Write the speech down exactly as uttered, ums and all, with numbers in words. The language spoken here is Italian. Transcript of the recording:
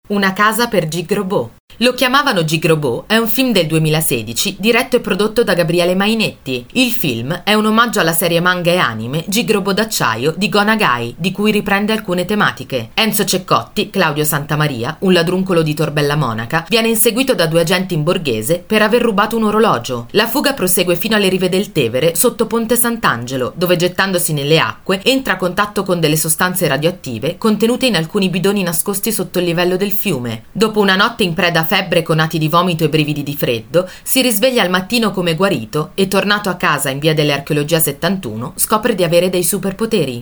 Una casa per Gig Robot. Lo chiamavano Gig Robot è un film del duemilasedici diretto e prodotto da Gabriele Mainetti. Il film è un omaggio alla serie manga e anime Gig Robot d'acciaio di Go Nagai, di cui riprende alcune tematiche. Enzo Ceccotti, Claudio Santamaria, un ladruncolo di Torbella Monaca, viene inseguito da due agenti in borghese per aver rubato un orologio. La fuga prosegue fino alle rive del Tevere sotto Ponte Sant'Angelo, dove gettandosi nelle acque entra a contatto con delle sostanze radioattive contenute in alcuni bidoni nascosti sotto il livello del fiume. Dopo una notte in preda a febbre con ati di vomito e brividi di freddo, si risveglia al mattino come guarito e, tornato a casa in via delle Archeologia settantuno, scopre di avere dei superpoteri.